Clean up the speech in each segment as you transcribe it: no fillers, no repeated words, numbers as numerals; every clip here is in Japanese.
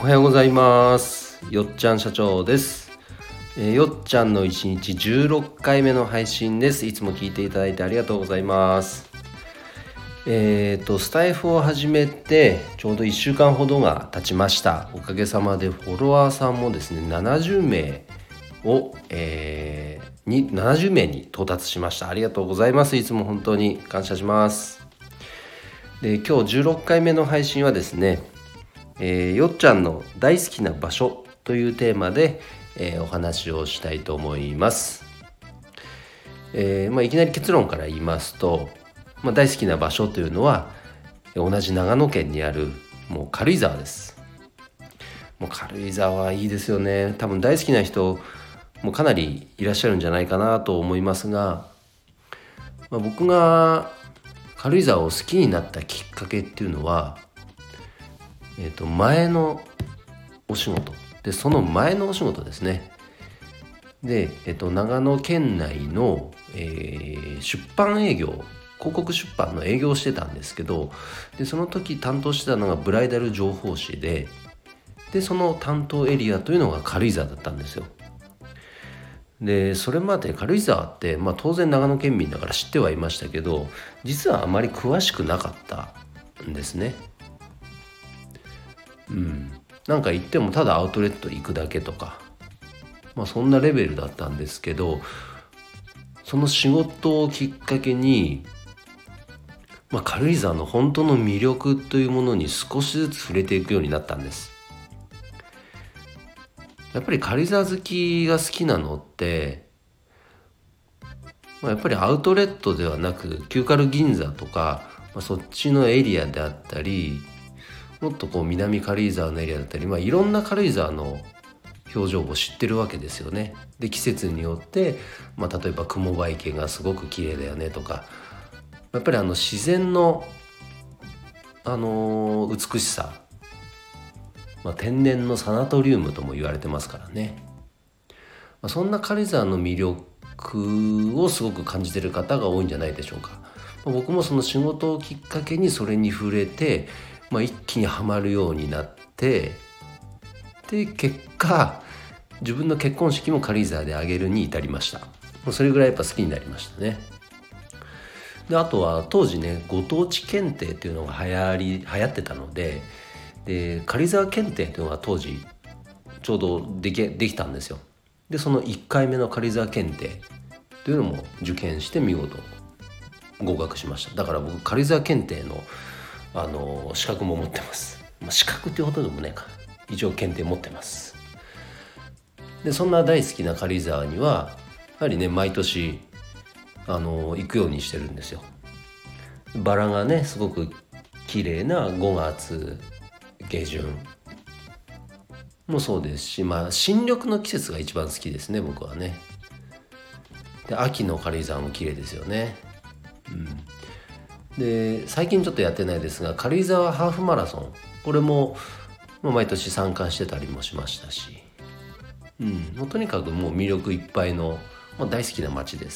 おはようございます。よっちゃん社長です。よっちゃんの1日16回目の配信です。いつも聞いていただいてありがとうございます。スタイフを始めてちょうど1週間ほどが経ちました。おかげさまでフォロワーさんもですね70名を、70名に到達しました。ありがとうございます。いつも本当に感謝します。で、今日16回目の配信はですね、よっちゃんの大好きな場所というテーマで、お話をしたいと思います。いきなり結論から言いますと、大好きな場所というのは同じ長野県にあるもう軽井沢です。もう軽井沢はいいですよね。多分大好きな人もかなりいらっしゃるんじゃないかなと思いますが、僕が軽井沢を好きになったきっかけっていうのは、前のお仕事で、その前のお仕事ですね。で、長野県内の、出版営業、広告出版の営業をしてたんですけど、でその時担当してたのがブライダル情報誌で、その担当エリアというのが軽井沢だったんですよ。でそれまで軽井沢って、当然長野県民だから知ってはいましたけど、実はあまり詳しくなかったんですね。なんか行ってもただアウトレット行くだけとか、そんなレベルだったんですけど、その仕事をきっかけに、軽井沢の本当の魅力というものに少しずつ触れていくようになったんです。やっぱり軽井沢好きが好きなのって、やっぱりアウトレットではなく旧軽銀座とか、そっちのエリアであったり、もっと南軽井沢のエリアだったり、いろんな軽井沢の表情を知ってるわけですよね。で季節によって、例えば雲場池がすごく綺麗だよねとか、やっぱり自然の、美しさ、天然のサナトリウムとも言われてますからね。そんな軽井沢の魅力をすごく感じてる方が多いんじゃないでしょうか。僕もその仕事をきっかけにそれに触れて、一気にはまるようになって、で結果自分の結婚式も軽井沢で挙げるに至りました。それぐらいやっぱ好きになりましたね。であとは当時ね、ご当地検定っていうのが流行ってたので、軽井沢検定っていうのが当時ちょうどできたんですよ。でその1回目の軽井沢検定というのも受験して見事合格しました。だから僕軽井沢検定の資格も持ってます。資格っていうほどでもね、一応検定持ってます。でそんな大好きな軽井沢にはやはりね、毎年行くようにしてるんですよ。バラがねすごく綺麗な5月下旬もそうですし、新緑の季節が一番好きですね、僕はね。で秋の軽井沢も綺麗ですよね。で最近ちょっとやってないですが、軽井沢ハーフマラソン、これも毎年参加してたりもしましたし、もうとにかくもう魅力いっぱいの、大好きな街です。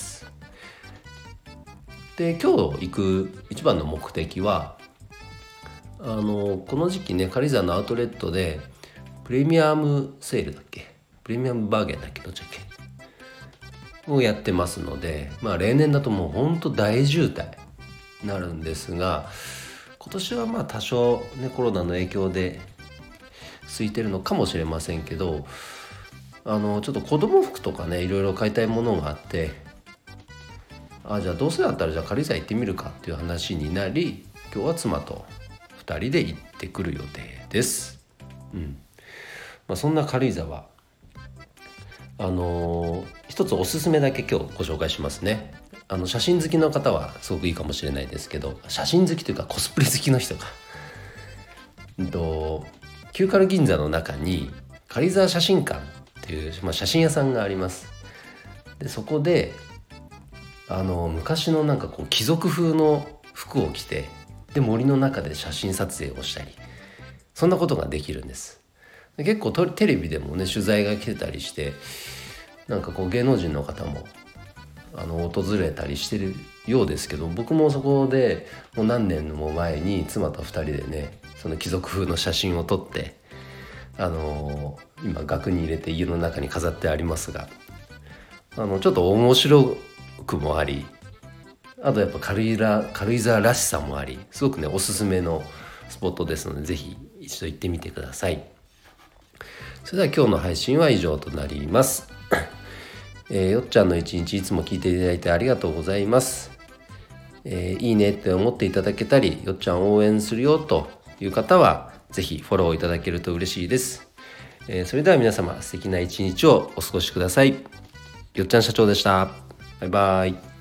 で今日行く一番の目的は、この時期ね、軽井沢のアウトレットでプレミアムセールだっけ、プレミアムバーゲンだっけ、どっちだっけをやってますので、例年だともうほんと大渋滞になるんですが、今年は多少ねコロナの影響で空いてるのかもしれませんけど、ちょっと子供服とかねいろいろ買いたいものがあって、じゃあどうせだったらじゃあ軽井沢行ってみるかっていう話になり、今日は妻と2人で行ってくる予定です。そんな軽井沢、一つおすすめだけ今日ご紹介しますね。写真好きの方はすごくいいかもしれないですけど、写真好きというかコスプレ好きの人が旧軽銀座の中に軽井沢写真館っていう、写真屋さんがあります。でそこで昔の貴族風の服を着て、で森の中で写真撮影をしたり、そんなことができるんです。で結構テレビでもね取材が来てたりして、芸能人の方も訪れたりしてるようですけど、僕もそこでもう何年も前に妻と2人でね、その貴族風の写真を撮って、 今額に入れて家の中に飾ってありますが、ちょっと面白くもあり、あとやっぱ軽井沢らしさもあり、すごくねおすすめのスポットですので、ぜひ一度行ってみてください。それでは今日の配信は以上となります。よっちゃんの一日いつも聞いていただいてありがとうございます。いいねって思っていただけたり、よっちゃん応援するよという方はぜひフォローいただけると嬉しいです。それでは皆様素敵な一日をお過ごしください。よっちゃん社長でした。バイバイ。